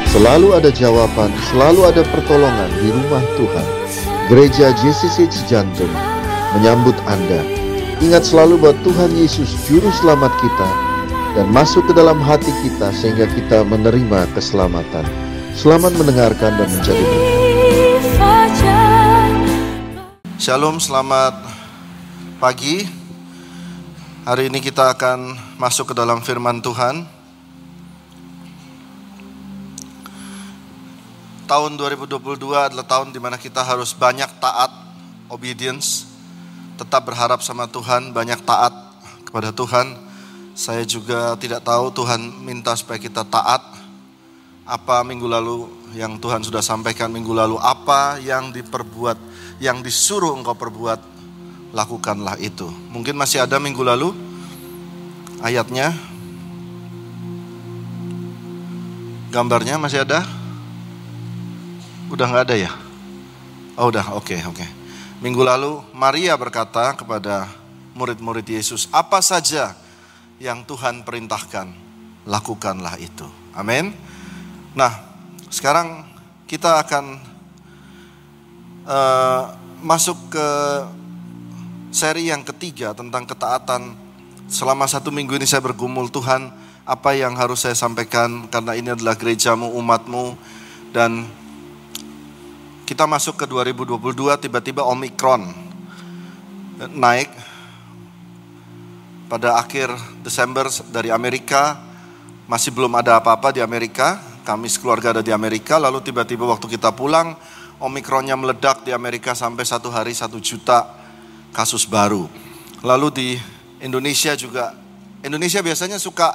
Selalu ada jawaban, selalu ada pertolongan di rumah Tuhan. Gereja JCC Cijantung menyambut Anda. Ingat selalu bahwa Tuhan Yesus Juru Selamat kita dan masuk ke dalam hati kita sehingga kita menerima keselamatan. Selamat mendengarkan dan menjadi berkat. Shalom, selamat pagi. Hari ini kita akan masuk ke dalam firman Tuhan. Tahun 2022 adalah tahun di mana kita harus banyak taat, obedience, tetap berharap sama Tuhan, banyak taat kepada Tuhan. Saya juga tidak tahu Tuhan minta supaya kita taat. Apa minggu lalu yang Tuhan sudah sampaikan minggu lalu, apa yang diperbuat, yang disuruh engkau perbuat, lakukanlah itu. Mungkin masih ada minggu lalu ayatnya, gambarnya masih ada? Udah gak ada ya? Oh udah, oke. Minggu lalu Maria berkata kepada murid-murid Yesus, apa saja yang Tuhan perintahkan, lakukanlah itu. Amin. Nah, sekarang kita akan masuk ke seri yang ketiga tentang ketaatan. Selama 1 minggu ini saya bergumul, Tuhan, apa yang harus saya sampaikan, karena ini adalah gerejamu, umatmu. Dan kita masuk ke 2022, tiba-tiba Omicron naik pada akhir Desember dari Amerika. Masih belum ada apa-apa di Amerika, kami sekeluarga ada di Amerika. Lalu tiba-tiba waktu kita pulang, Omicronnya meledak di Amerika sampai 1 hari 1 juta kasus baru. Lalu di Indonesia juga, Indonesia biasanya suka,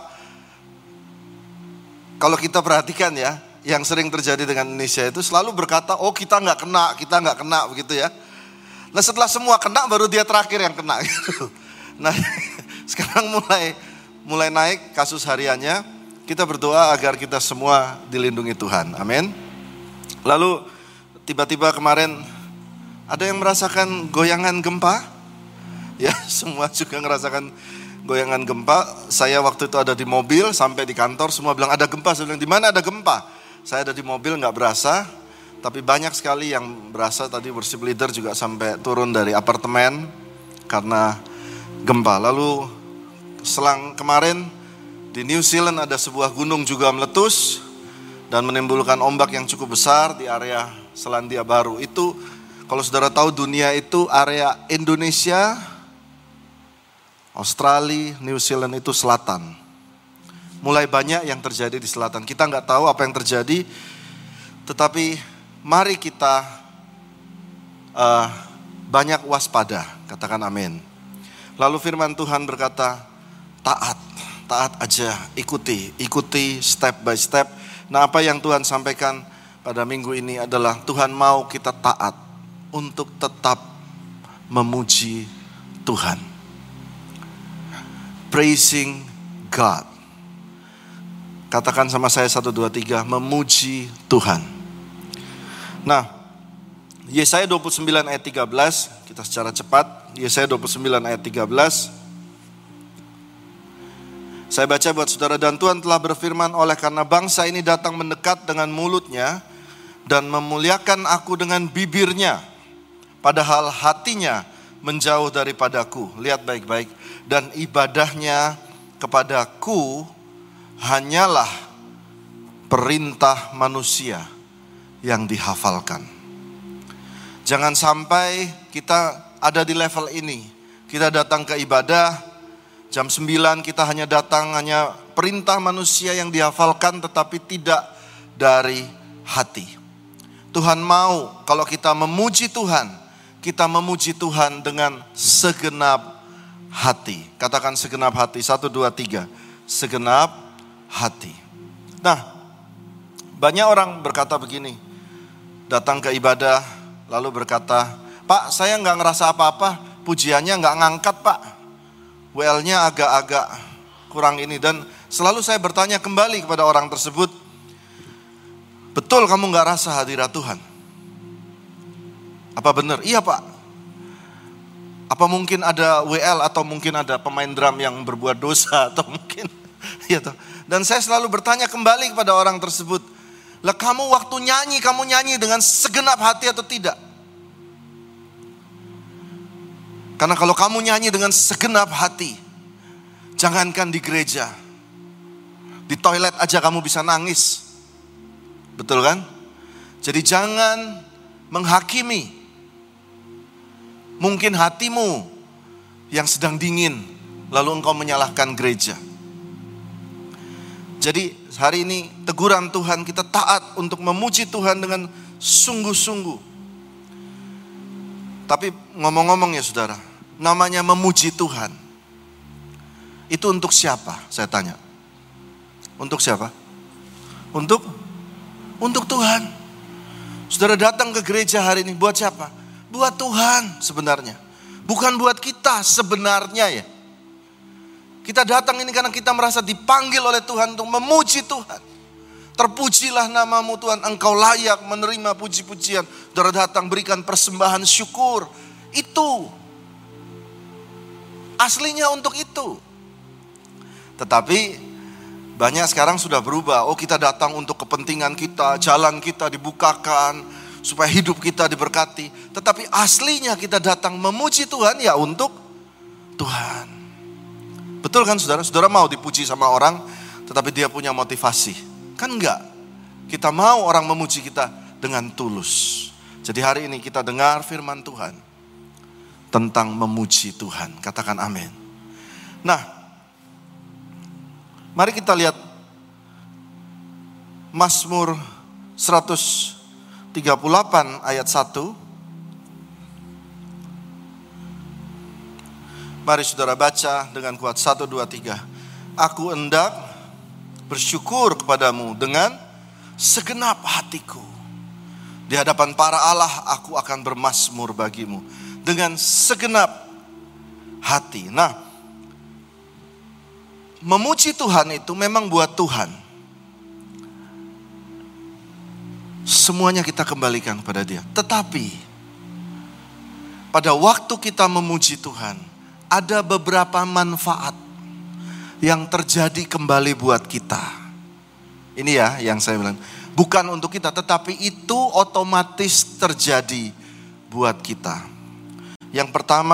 kalau kita perhatikan ya, yang sering terjadi dengan Indonesia itu selalu berkata, oh kita nggak kena begitu ya. Nah setelah semua kena baru dia terakhir yang kena gitu. Nah sekarang mulai naik kasus hariannya. Kita berdoa agar kita semua dilindungi Tuhan, amin. Lalu tiba-tiba kemarin ada yang merasakan goyangan gempa. Ya semua juga merasakan goyangan gempa. Saya waktu itu ada di mobil, sampai di kantor semua bilang ada gempa. Saya bilang di mana ada gempa? Saya ada di mobil nggak berasa, tapi banyak sekali yang berasa. Tadi worship leader juga sampai turun dari apartemen karena gempa. Lalu selang kemarin di New Zealand ada sebuah gunung juga meletus dan menimbulkan ombak yang cukup besar di area Selandia Baru. Itu kalau saudara tahu, dunia itu area Indonesia, Australia, New Zealand itu selatan. Mulai banyak yang terjadi di selatan. Kita nggak tahu apa yang terjadi, tetapi mari kita banyak waspada. Katakan amin. Lalu firman Tuhan berkata, taat aja, ikuti step by step. Nah, apa yang Tuhan sampaikan pada minggu ini adalah Tuhan mau kita taat untuk tetap memuji Tuhan. Praising God. Katakan sama saya 1, 2, 3, memuji Tuhan. Nah, Yesaya 29 ayat 13, kita secara cepat. Yesaya 29 ayat 13. Saya baca buat saudara. Dan Tuhan telah berfirman, oleh karena bangsa ini datang mendekat dengan mulutnya dan memuliakan aku dengan bibirnya, padahal hatinya menjauh daripadaku. Lihat baik-baik. Dan ibadahnya kepadaku hanyalah perintah manusia yang dihafalkan. Jangan sampai kita ada di level ini. Kita datang ke ibadah, jam 9 kita hanya datang, hanya perintah manusia yang dihafalkan tetapi tidak dari hati. Tuhan mau kalau kita memuji Tuhan, kita memuji Tuhan dengan segenap hati. Katakan segenap hati, 1, 2, 3. Segenap hati. Nah, banyak orang berkata begini, datang ke ibadah lalu berkata, Pak saya gak ngerasa apa-apa, pujiannya gak ngangkat Pak, WL-nya agak-agak kurang ini. Dan selalu saya bertanya kembali kepada orang tersebut, betul kamu gak rasa hadirat Tuhan? Apa benar? Iya Pak. Apa mungkin ada WL atau mungkin ada pemain drum yang berbuat dosa atau mungkin ya toh. Dan saya selalu bertanya kembali kepada orang tersebut, Lah kamu waktu nyanyi, kamu nyanyi dengan segenap hati atau tidak? Karena kalau kamu nyanyi dengan segenap hati, jangankan di gereja, di toilet aja kamu bisa nangis. Betul kan? Jadi jangan menghakimi. Mungkin hatimu yang sedang dingin, lalu engkau menyalahkan gereja. Jadi hari ini teguran Tuhan, kita taat untuk memuji Tuhan dengan sungguh-sungguh. Tapi ngomong-ngomong ya saudara, namanya memuji Tuhan, itu untuk siapa? Saya tanya. Untuk siapa? Untuk Tuhan. Saudara datang ke gereja hari ini buat siapa? Buat Tuhan sebenarnya. Bukan buat kita sebenarnya ya. Kita datang ini karena kita merasa dipanggil oleh Tuhan untuk memuji Tuhan. Terpujilah namamu Tuhan, engkau layak menerima puji-pujian. Saudara datang berikan persembahan syukur. Itu aslinya untuk itu. Tetapi banyak sekarang sudah berubah. Oh, kita datang untuk kepentingan kita, jalan kita dibukakan, supaya hidup kita diberkati. Tetapi aslinya kita datang memuji Tuhan ya untuk Tuhan. Betul kan saudara? Saudara mau dipuji sama orang, tetapi dia punya motivasi. Kan enggak. Kita mau orang memuji kita dengan tulus. Jadi hari ini kita dengar firman Tuhan tentang memuji Tuhan. Katakan amin. Nah, mari kita lihat Mazmur 138 ayat 1. Mari saudara baca dengan kuat. 1, 2, 3. Aku hendak bersyukur kepadamu dengan segenap hatiku. Di hadapan para Allah aku akan bermazmur bagimu dengan segenap hati. Nah, memuji Tuhan itu memang buat Tuhan. Semuanya kita kembalikan kepada Dia. Tetapi pada waktu kita memuji Tuhan, ada beberapa manfaat yang terjadi kembali buat kita. Ini ya yang saya bilang. Bukan untuk kita, tetapi itu otomatis terjadi buat kita. Yang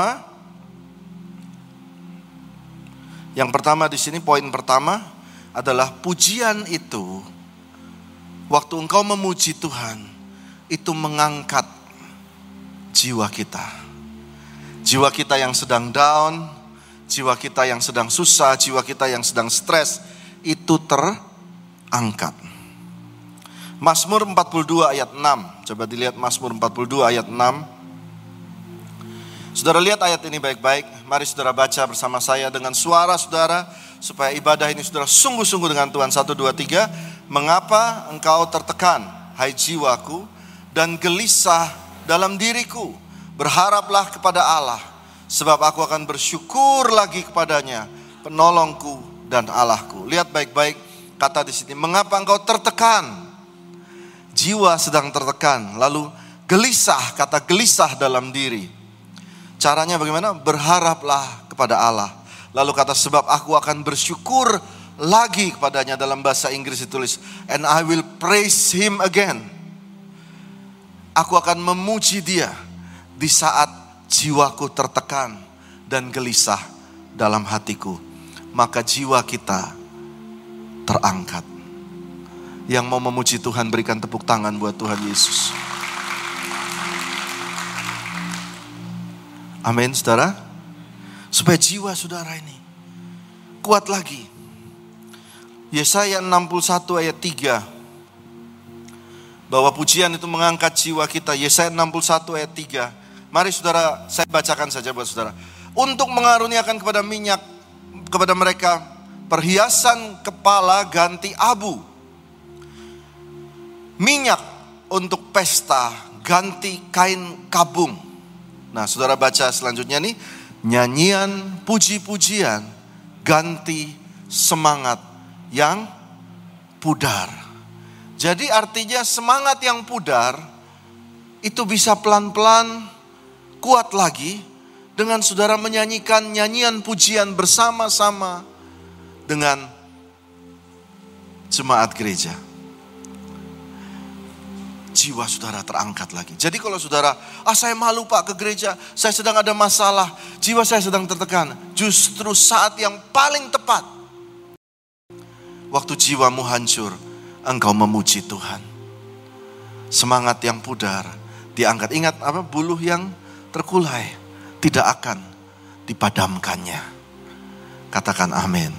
pertama di sini, poin pertama adalah pujian itu, waktu engkau memuji Tuhan, itu mengangkat jiwa kita. Jiwa kita yang sedang down, jiwa kita yang sedang susah, jiwa kita yang sedang stres, itu terangkat. Mazmur 42 ayat 6. Coba dilihat Mazmur 42 ayat 6. Saudara lihat ayat ini baik-baik. Mari saudara baca bersama saya dengan suara saudara, supaya ibadah ini saudara sungguh-sungguh dengan Tuhan. 1, 2, 3. Mengapa engkau tertekan, hai jiwaku, dan gelisah dalam diriku? Berharaplah kepada Allah, sebab aku akan bersyukur lagi kepadanya, penolongku dan Allahku. Lihat baik-baik kata di sini. Mengapa engkau tertekan? Jiwa sedang tertekan. Lalu gelisah, kata gelisah dalam diri. Caranya bagaimana? Berharaplah kepada Allah. Lalu kata sebab aku akan bersyukur lagi kepadanya, dalam bahasa Inggris ditulis, and I will praise him again. Aku akan memuji dia di saat jiwaku tertekan dan gelisah dalam hatiku. Maka jiwa kita terangkat. Yang mau memuji Tuhan berikan tepuk tangan buat Tuhan Yesus. Amin saudara. Supaya jiwa saudara ini kuat lagi. Yesaya 61 ayat 3. Bahwa pujian itu mengangkat jiwa kita. Yesaya 61 ayat 3. Mari saudara, saya bacakan saja buat saudara. Untuk mengaruniakan kepada mereka perhiasan kepala ganti abu, minyak untuk pesta ganti kain kabung. Nah saudara baca selanjutnya nih, nyanyian puji-pujian ganti semangat yang pudar. Jadi artinya semangat yang pudar itu bisa pelan-pelan kuat lagi dengan saudara menyanyikan nyanyian pujian bersama-sama dengan jemaat gereja. jiwa saudara terangkat lagi. Jadi kalau saudara, saya malu Pak ke gereja, saya sedang ada masalah, jiwa saya sedang tertekan. Justru saat yang paling tepat, waktu jiwamu hancur, engkau memuji Tuhan. Semangat yang pudar diangkat. Ingat apa? Buluh yang terkulai tidak akan dipadamkannya. Katakan amin.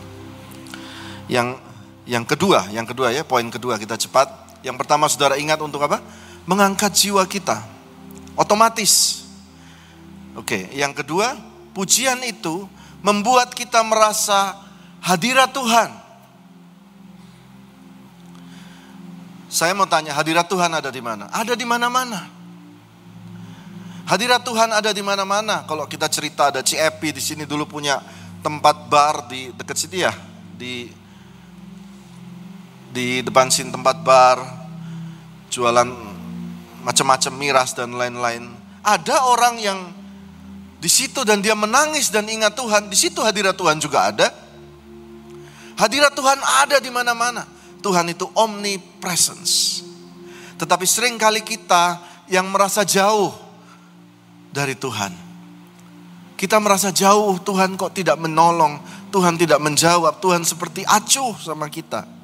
Yang kedua ya, poin kedua kita cepat. Yang pertama saudara ingat untuk apa? Mengangkat jiwa kita. Otomatis. Oke, yang kedua, pujian itu membuat kita merasa hadirat Tuhan. Saya mau tanya, hadirat Tuhan ada di mana? Ada di mana-mana. Hadirat Tuhan ada di mana-mana. Kalau kita cerita ada CEPI di sini dulu punya tempat bar di dekat sini ya, di depan sini tempat bar, jualan macam-macam miras dan lain-lain. Ada orang yang di situ dan dia menangis dan ingat Tuhan. Di situ hadirat Tuhan juga ada. Hadirat Tuhan ada di mana-mana. Tuhan itu omnipresence. Tetapi seringkali kita yang merasa jauh dari Tuhan. Kita merasa jauh, Tuhan kok tidak menolong, Tuhan tidak menjawab, Tuhan seperti acuh sama kita.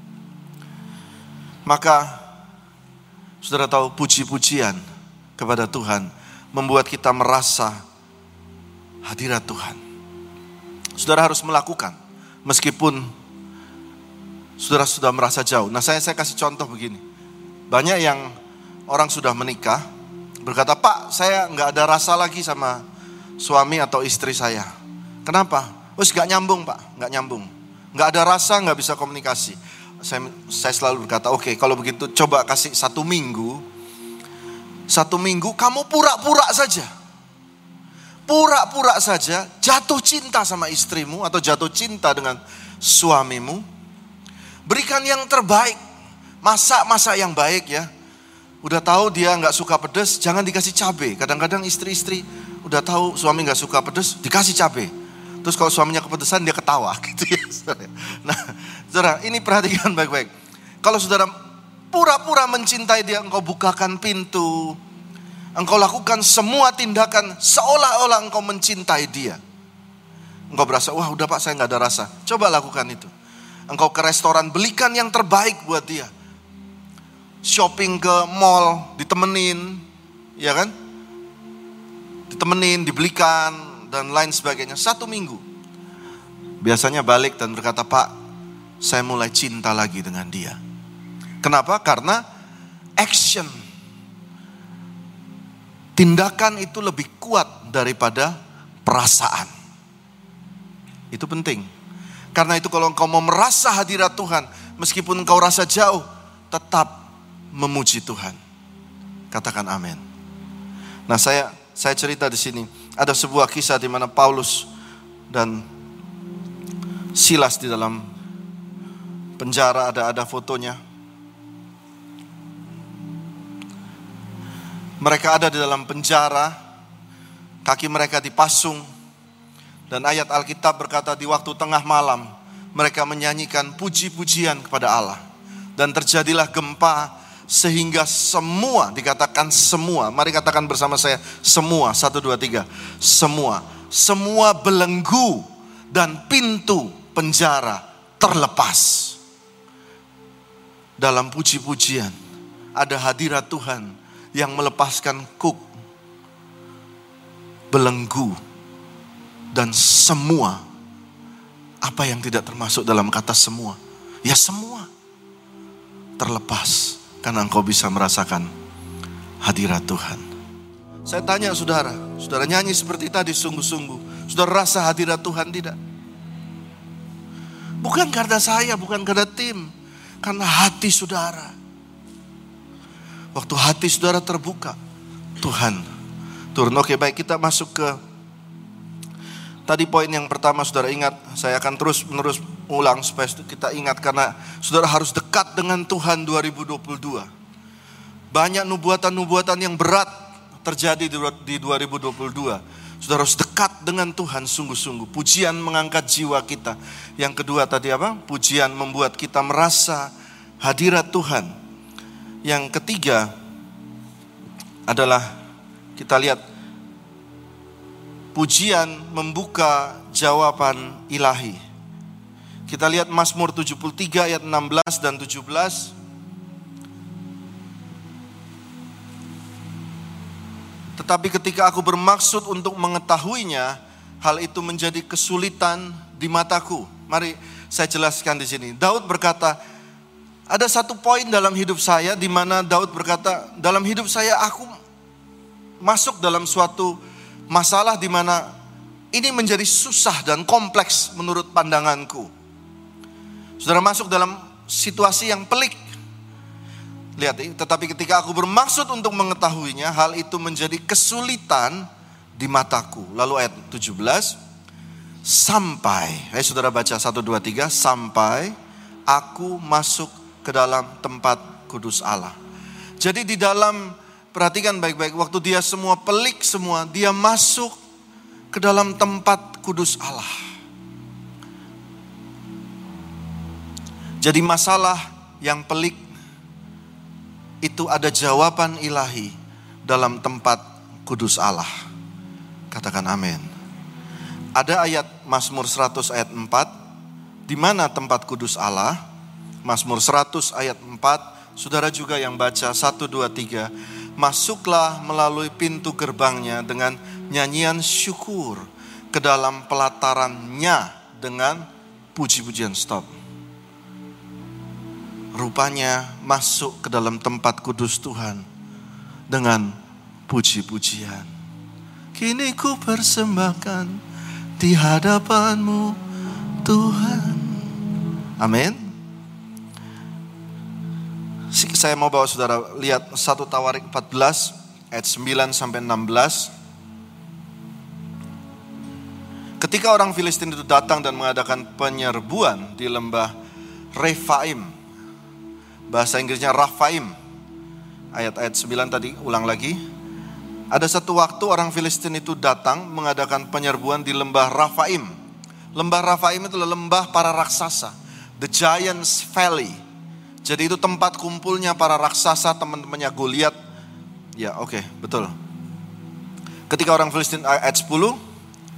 Maka saudara tahu, puji-pujian kepada Tuhan membuat kita merasa hadirat Tuhan. Saudara harus melakukan meskipun saudara sudah merasa jauh. Nah saya kasih contoh begini. Banyak yang orang sudah menikah berkata, Pak saya gak ada rasa lagi sama suami atau istri saya. Kenapa? Gak nyambung Pak, gak nyambung. Gak ada rasa, gak bisa komunikasi. Saya selalu berkata, oke, kalau begitu coba kasih 1 minggu. 1 minggu kamu pura-pura saja. Pura-pura saja jatuh cinta sama istrimu atau jatuh cinta dengan suamimu. Berikan yang terbaik. Masak yang baik ya. Udah tahu dia gak suka pedas, jangan dikasih cabai. Kadang-kadang istri-istri udah tahu suami gak suka pedas, dikasih cabai. Terus kalau suaminya kepedesan dia ketawa gitu ya. Nah saudara, ini perhatikan baik-baik. Kalau saudara pura-pura mencintai dia, engkau bukakan pintu, engkau lakukan semua tindakan seolah-olah engkau mencintai dia. Engkau berasa, wah udah Pak saya gak ada rasa. Coba lakukan itu. Engkau ke restoran, belikan yang terbaik buat dia. Shopping ke mall, ditemenin, ya kan? Ditemenin, dibelikan dan lain sebagainya. 1 minggu. Biasanya balik dan berkata, Pak saya mulai cinta lagi dengan dia. Kenapa? Karena action, tindakan itu lebih kuat daripada perasaan. Itu penting. Karena itu kalau engkau mau merasa hadirat Tuhan, meskipun engkau rasa jauh, tetap memuji Tuhan. Katakan amin. Nah saya cerita di sini. Ada sebuah kisah di mana Paulus dan Silas di dalam penjara, ada fotonya. Mereka ada di dalam penjara, kaki mereka dipasung, dan ayat Alkitab berkata di waktu tengah malam mereka menyanyikan puji-pujian kepada Allah. Dan terjadilah gempa sehingga semua, dikatakan semua, mari katakan bersama saya, semua, 1, 2, 3, semua belenggu dan pintu penjara terlepas. Dalam puji-pujian ada hadirat Tuhan yang melepaskan kuk, belenggu, dan semua. Apa yang tidak termasuk dalam kata semua? Ya semua terlepas. Karena engkau bisa merasakan hadirat Tuhan. Saya tanya saudara nyanyi seperti tadi sungguh-sungguh, saudara rasa hadirat Tuhan tidak? Bukan karena saya, bukan karena tim, karena hati saudara. Waktu hati saudara terbuka, Tuhan turun. Oke, baik, kita masuk ke tadi poin yang pertama. Saudara ingat, saya akan terus menerus ulang supaya kita ingat, karena saudara harus dekat dengan Tuhan 2022. Banyak nubuatan-nubuatan yang berat terjadi di 2022. Saudara harus dekat dengan Tuhan sungguh-sungguh. Pujian mengangkat jiwa kita. Yang kedua tadi apa? Pujian membuat kita merasa hadirat Tuhan. Yang ketiga, adalah kita lihat pujian membuka jawaban ilahi. Kita lihat Mazmur 73 ayat 16 dan 17. Tetapi ketika aku bermaksud untuk mengetahuinya, hal itu menjadi kesulitan di mataku. Mari saya jelaskan di sini. Daud berkata, ada satu poin dalam hidup saya di mana Daud berkata, dalam hidup saya aku masuk dalam suatu masalah di mana ini menjadi susah dan kompleks menurut pandanganku. Saudara masuk dalam situasi yang pelik. Lihat, tetapi ketika aku bermaksud untuk mengetahuinya, hal itu menjadi kesulitan di mataku. Lalu ayat 17, sampai, saudara baca 1, 2, 3, sampai aku masuk ke dalam tempat kudus Allah. Jadi di dalam, perhatikan baik-baik, waktu dia semua pelik semua, dia masuk ke dalam tempat kudus Allah. Jadi masalah yang pelik itu ada jawaban ilahi dalam tempat kudus Allah. Katakan amin. Ada ayat Mazmur 100 ayat 4, di mana tempat kudus Allah? Mazmur 100 ayat 4, saudara juga yang baca 1, 2, 3. Masuklah melalui pintu gerbangnya dengan nyanyian syukur, ke dalam pelatarannya dengan puji-pujian. Stop. Rupanya masuk ke dalam tempat kudus Tuhan dengan puji-pujian. Kini ku persembahkan di hadapan-Mu Tuhan. Amin. Saya mau bawa saudara lihat 1 Tawarik 14 ayat 9 sampai 16. Ketika orang Filistin itu datang dan mengadakan penyerbuan di lembah Refaim, bahasa Inggrisnya Rafaim, ayat-ayat 9 tadi, ulang lagi. Ada satu waktu orang Filistin itu datang mengadakan penyerbuan di lembah Rafaim. Lembah Rafaim itu lembah para raksasa, the Giants Valley. Jadi itu tempat kumpulnya para raksasa, teman-temannya Goliat. Ya, oke, betul. Ketika orang Filistin, ayat 10,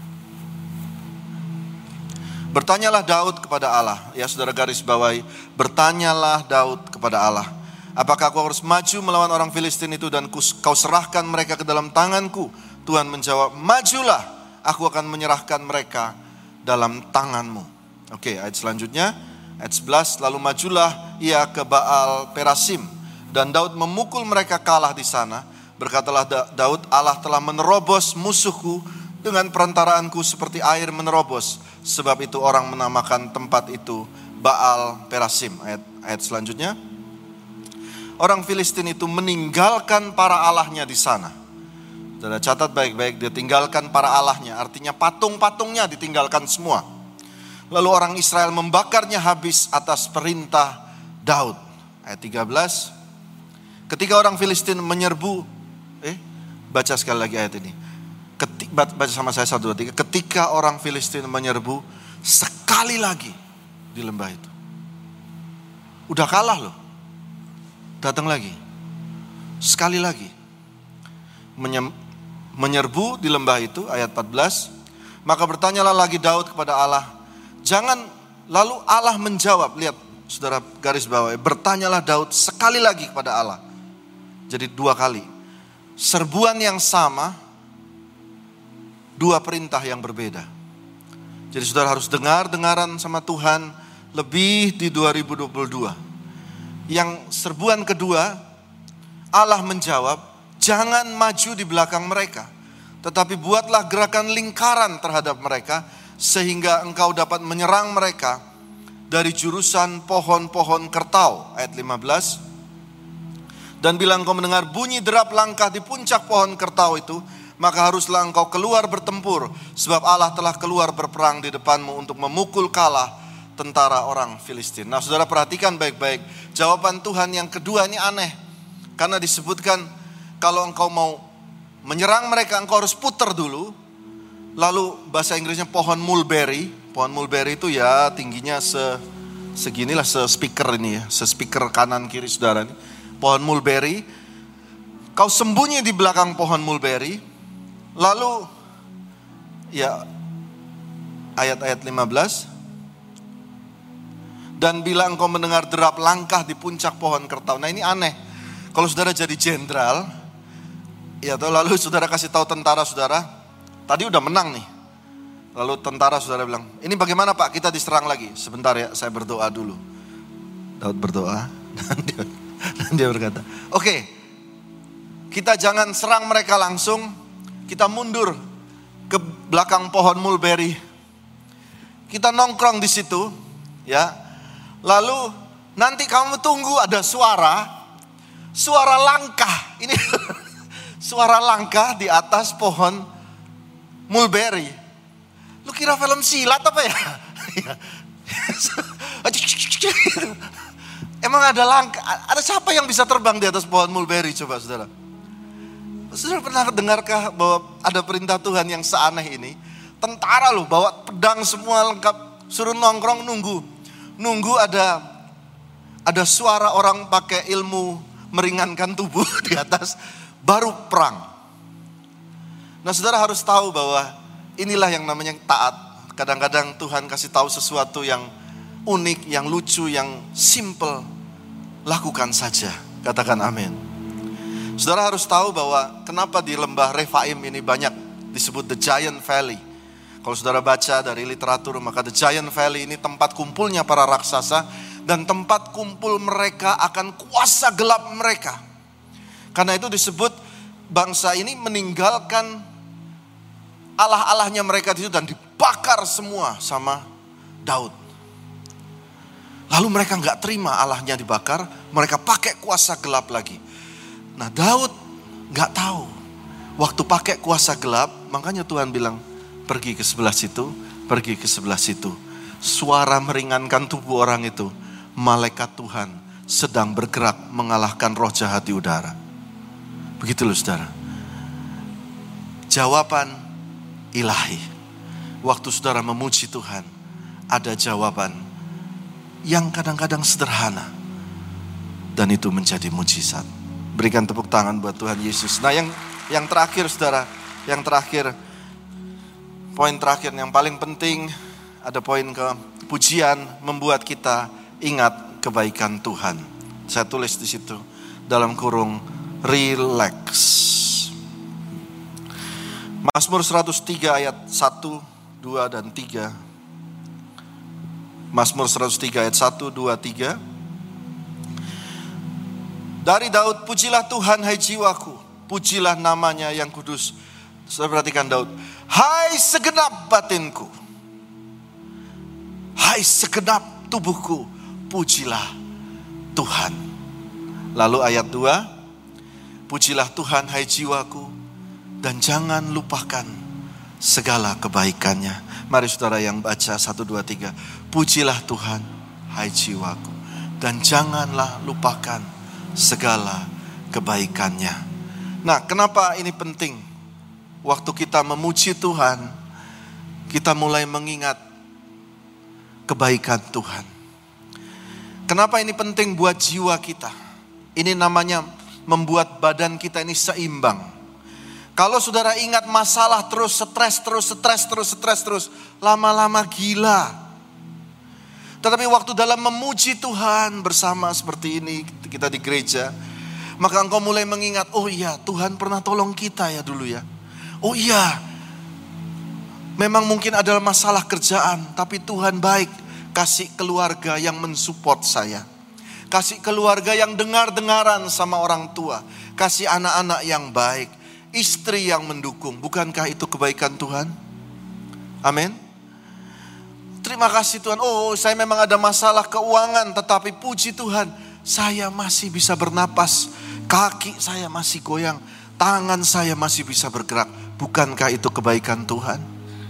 bertanyalah Daud kepada Allah. Ya, saudara garis bawahi, bertanyalah Daud kepada Allah. Apakah aku harus maju melawan orang Filistin itu dan kau serahkan mereka ke dalam tanganku? Tuhan menjawab, majulah, aku akan menyerahkan mereka dalam tanganmu. Oke, ayat selanjutnya, ayat 11, lalu majulah ia ke Baal Perasim, dan Daud memukul mereka kalah di sana. Berkatalah Daud, Allah telah menerobos musuhku dengan perantaraanku seperti air menerobos. Sebab itu orang menamakan tempat itu Baal Perasim. Ayat selanjutnya, orang Filistin itu meninggalkan para allahnya di sana. Saudara catat baik-baik, dia tinggalkan para allahnya, artinya patung-patungnya ditinggalkan semua. Lalu orang Israel membakarnya habis atas perintah Daud. Ayat 13, ketika orang Filistin menyerbu, baca sekali lagi ayat ini. Baca sama saya 1, 2, 3. Ketika orang Filistin menyerbu sekali lagi di lembah itu. Udah kalah loh. Datang lagi. Sekali lagi. Menyerbu di lembah itu, ayat 14. Maka bertanyalah lagi Daud kepada Allah. Lalu Allah menjawab. Lihat saudara garis bawah. Bertanyalah Daud sekali lagi kepada Allah. Jadi 2 kali. Serbuan yang sama, 2 perintah yang berbeda. Jadi saudara harus dengaran sama Tuhan lebih di 2022. Yang serbuan kedua, Allah menjawab, jangan maju di belakang mereka, tetapi buatlah gerakan lingkaran terhadap mereka, sehingga engkau dapat menyerang mereka dari jurusan pohon-pohon kertau. Ayat 15. Dan bila engkau mendengar bunyi derap langkah di puncak pohon kertau itu, maka haruslah engkau keluar bertempur, sebab Allah telah keluar berperang di depanmu untuk memukul kalah tentara orang Filistin. Nah, saudara perhatikan baik-baik, jawaban Tuhan yang kedua ini aneh. Karena disebutkan kalau engkau mau menyerang mereka, engkau harus putar dulu. Lalu bahasa Inggrisnya pohon mulberry. Pohon mulberry itu ya tingginya seginilah, se-speaker ini ya, se-speaker kanan kiri saudara ini. Pohon mulberry. kau sembunyi di belakang pohon mulberry. Lalu ya ayat-ayat 15. Dan bila engkau mendengar derap langkah di puncak pohon kertau. Nah ini aneh. Kalau saudara jadi jenderal, ya lalu saudara kasih tahu tentara saudara, tadi udah menang nih. Lalu tentara saudara bilang, ini bagaimana Pak, kita diserang lagi. Sebentar ya, saya berdoa dulu. Daud berdoa dan dia berkata, oke, kita jangan serang mereka langsung, kita mundur ke belakang pohon mulberry. Kita nongkrong di situ, ya. Lalu nanti kamu tunggu ada suara langkah. Ini suara langkah di atas pohon mulberry. Lu kira film silat apa ya? Emang ada langkah, ada siapa yang bisa terbang di atas pohon mulberry coba saudara? Saudara pernah dengarkah bahwa ada perintah Tuhan yang seaneh ini? Tentara loh bawa pedang semua lengkap, suruh nongkrong nunggu ada suara orang pakai ilmu meringankan tubuh di atas, baru perang. Nah saudara harus tahu bahwa inilah yang namanya taat. Kadang-kadang Tuhan kasih tahu sesuatu yang unik, yang lucu, yang simple. Lakukan saja, katakan amin. Saudara harus tahu bahwa kenapa di lembah Refaim ini banyak disebut The Giant Valley. Kalau saudara baca dari literatur, maka The Giant Valley ini tempat kumpulnya para raksasa dan tempat kumpul mereka akan kuasa gelap mereka. Karena itu disebut bangsa ini meninggalkan Allah-Allahnya mereka di situ dan dibakar semua sama Daud. Lalu mereka nggak terima Allahnya dibakar, mereka pakai kuasa gelap lagi. Nah Daud nggak tahu waktu pakai kuasa gelap, makanya Tuhan bilang pergi ke sebelah situ, pergi ke sebelah situ. Suara meringankan tubuh orang itu, malaikat Tuhan sedang bergerak mengalahkan roh jahat di udara. Begitu loh saudara. Jawaban ilahi. Waktu saudara memuji Tuhan, ada jawaban yang kadang-kadang sederhana. Dan itu menjadi mujizat. Berikan tepuk tangan buat Tuhan Yesus. Nah yang terakhir saudara, yang terakhir, poin terakhir yang paling penting, ada poin pujian membuat kita ingat kebaikan Tuhan. Saya tulis di situ dalam kurung relax. Mazmur 103 ayat 1, 2 dan 3. Mazmur 103 ayat 1, 2, 3. Dari Daud, pujilah Tuhan hai jiwaku, pujilah namanya yang kudus. Saudara perhatikan Daud. Hai segenap batinku, hai segenap tubuhku, pujilah Tuhan. Lalu ayat 2, pujilah Tuhan hai jiwaku, dan jangan lupakan segala kebaikannya. Mari saudara yang baca 1, 2, 3. Pujilah Tuhan hai jiwaku, dan janganlah lupakan segala kebaikannya. Nah kenapa ini penting? Waktu kita memuji Tuhan, kita mulai mengingat kebaikan Tuhan. Kenapa ini penting buat jiwa kita? Ini namanya membuat badan kita ini seimbang. Kalau saudara ingat masalah terus, stres, lama-lama gila. Tetapi waktu dalam memuji Tuhan bersama seperti ini, kita di gereja, maka engkau mulai mengingat, oh iya Tuhan pernah tolong kita ya dulu ya. Oh iya, memang mungkin adalah masalah kerjaan, tapi Tuhan baik, kasih keluarga yang mensupport saya. Kasih keluarga yang dengar-dengaran sama orang tua. Kasih anak-anak yang baik, istri yang mendukung. Bukankah itu kebaikan Tuhan? Amin. Terima kasih Tuhan. Oh saya memang ada masalah keuangan, tetapi puji Tuhan, saya masih bisa bernapas. Kaki saya masih goyang, tangan saya masih bisa bergerak. Bukankah itu kebaikan Tuhan?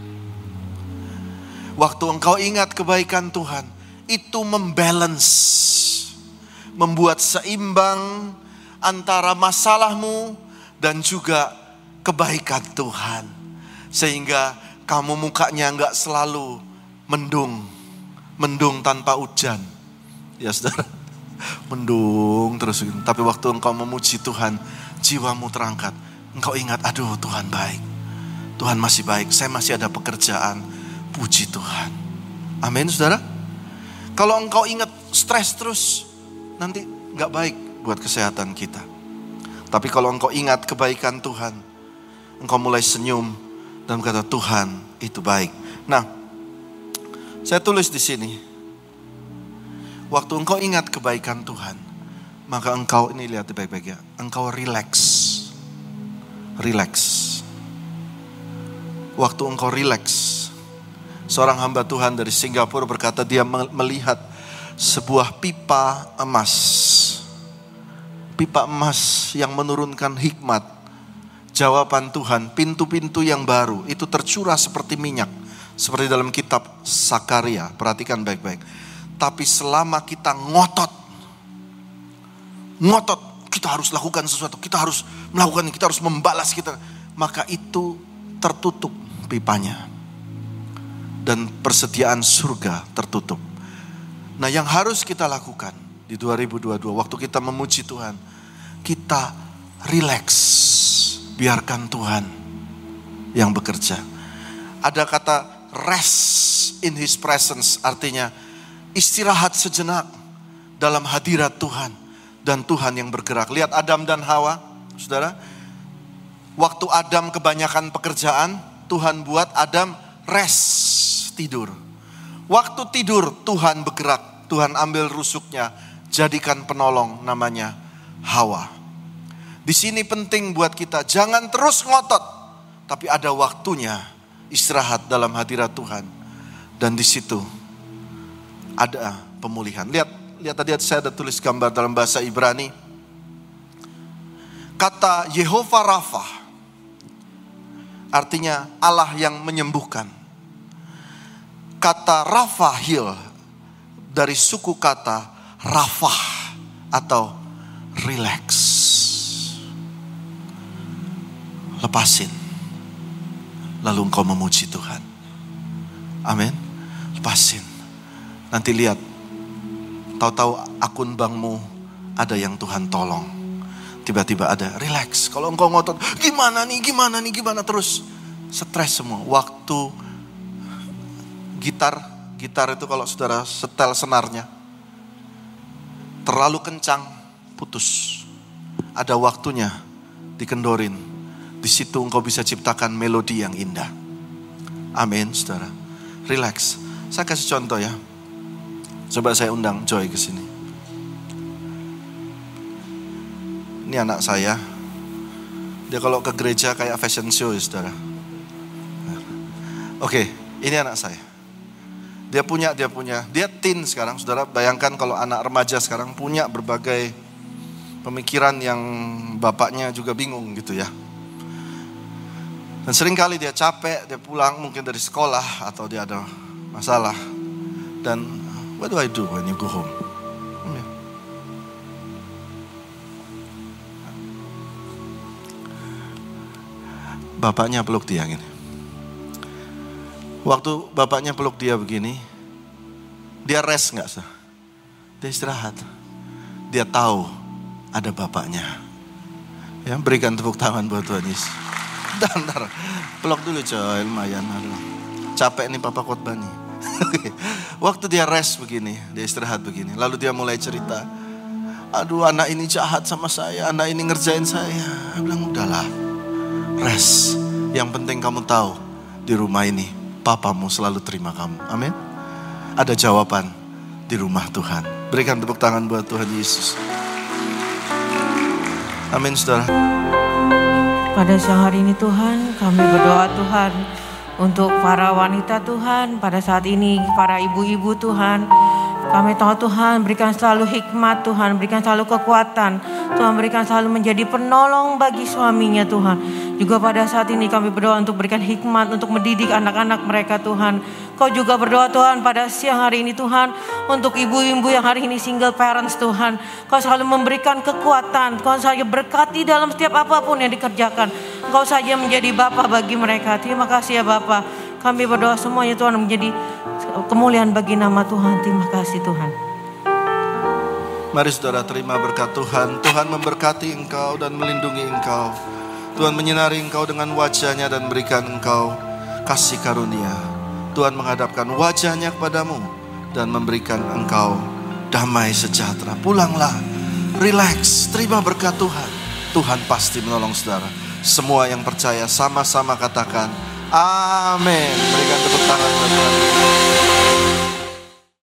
Waktu engkau ingat kebaikan Tuhan, itu membalance, membuat seimbang antara masalahmu dan juga kebaikan Tuhan. Sehingga kamu mukanya enggak selalu mendung tanpa hujan. Ya saudara, mendung bingung terus. Tapi waktu engkau memuji Tuhan, jiwamu terangkat. Engkau ingat, aduh Tuhan baik. Tuhan masih baik, saya masih ada pekerjaan. Puji Tuhan. Amin saudara. Kalau engkau ingat stres terus, nanti gak baik buat kesehatan kita. Tapi kalau engkau ingat kebaikan Tuhan, engkau mulai senyum dan berkata, Tuhan itu baik. Nah, saya tulis di sini, waktu engkau ingat kebaikan Tuhan, maka engkau, ini lihat baik-baik ya, engkau relax. Waktu engkau relax, seorang hamba Tuhan dari Singapura berkata dia melihat sebuah pipa emas. Pipa emas yang menurunkan hikmat, jawaban Tuhan, pintu-pintu yang baru, itu tercurah seperti minyak. Seperti dalam kitab Sakaria, perhatikan baik-baik. Tapi selama kita ngotot, kita harus lakukan sesuatu, kita harus melakukan, kita harus membalas kita, maka itu tertutup pipanya. Dan persediaan surga tertutup. Nah, yang harus kita lakukan di 2022, waktu kita memuji Tuhan, kita relax, biarkan Tuhan yang bekerja. Ada kata rest in His presence, artinya istirahat sejenak dalam hadirat Tuhan dan Tuhan yang bergerak. Lihat Adam dan Hawa, saudara. Waktu Adam kebanyakan pekerjaan, Tuhan buat Adam rest, tidur. Waktu tidur Tuhan bergerak, Tuhan ambil rusuknya, jadikan penolong namanya Hawa. Di sini penting buat kita, jangan terus ngotot, tapi ada waktunya istirahat dalam hadirat Tuhan. Dan di situ ada pemulihan. Lihat tadi saya ada tulis gambar dalam bahasa Ibrani. Kata Yehovah Rafa artinya Allah yang menyembuhkan. Kata Rafahil dari suku kata Rafah atau relax. Lepasin. Lalu engkau memuji Tuhan. Amin. Lepasin. Nanti lihat. Tahu-tahu akun bankmu ada yang Tuhan tolong. Tiba-tiba ada relax. Kalau engkau ngotot, gimana nih terus. Stres semua. Waktu gitar itu kalau saudara setel senarnya terlalu kencang, putus. Ada waktunya dikendorin. Di situ engkau bisa ciptakan melodi yang indah. Amin, saudara. Relax. Saya kasih contoh ya. Coba saya undang Joy ke sini. Ini anak saya. Dia kalau ke gereja kayak fashion show ya, saudara. Oke, ini anak saya. Dia punya. Dia teen sekarang, saudara. Bayangkan kalau anak remaja sekarang punya berbagai pemikiran yang bapaknya juga bingung gitu ya. Dan sering kali dia capek, dia pulang mungkin dari sekolah atau dia ada masalah. Dan what do I do when you go home? Bapaknya peluk dia gini. Waktu bapaknya peluk dia begini, dia rest gak sih? Dia istirahat. Dia tahu ada bapaknya. Ya, berikan tepuk tangan buat Tuhan Yesus. Bentar, peluk dulu coy, lumayan. Aduh. Capek nih papa khotbah nih. Waktu dia rest begini, dia istirahat begini. Lalu dia mulai cerita. Aduh, anak ini jahat sama saya, anak ini ngerjain saya. Dia bilang, udahlah, rest. Yang penting kamu tahu, di rumah ini papamu selalu terima kamu. Amin. Ada jawaban di rumah Tuhan. Berikan tepuk tangan buat Tuhan Yesus. Amin, saudara. Pada siang hari ini Tuhan, kami berdoa Tuhan untuk para wanita Tuhan, pada saat ini para ibu-ibu Tuhan. Kami tahu Tuhan berikan selalu hikmat Tuhan, berikan selalu kekuatan. Tuhan berikan selalu menjadi penolong bagi suaminya Tuhan. Juga pada saat ini kami berdoa untuk berikan hikmat untuk mendidik anak-anak mereka Tuhan. Kau juga berdoa Tuhan pada siang hari ini Tuhan untuk ibu-ibu yang hari ini single parents Tuhan. Kau selalu memberikan kekuatan, Kau saja berkati dalam setiap apapun yang dikerjakan. Kau saja menjadi Bapa bagi mereka. Terima kasih ya Bapa. Kami berdoa semuanya Tuhan menjadi kemuliaan bagi nama Tuhan. Terima kasih Tuhan. Mari saudara terima berkat Tuhan. Tuhan memberkati engkau dan melindungi engkau. Tuhan menyinari engkau dengan wajahnya dan berikan engkau kasih karunia. Tuhan menghadapkan wajahnya kepadamu dan memberikan engkau damai sejahtera. Pulanglah, relax, terima berkat Tuhan. Tuhan pasti menolong saudara. Semua yang percaya sama-sama katakan amin. Berikan tepuk tangan buat Tuhan.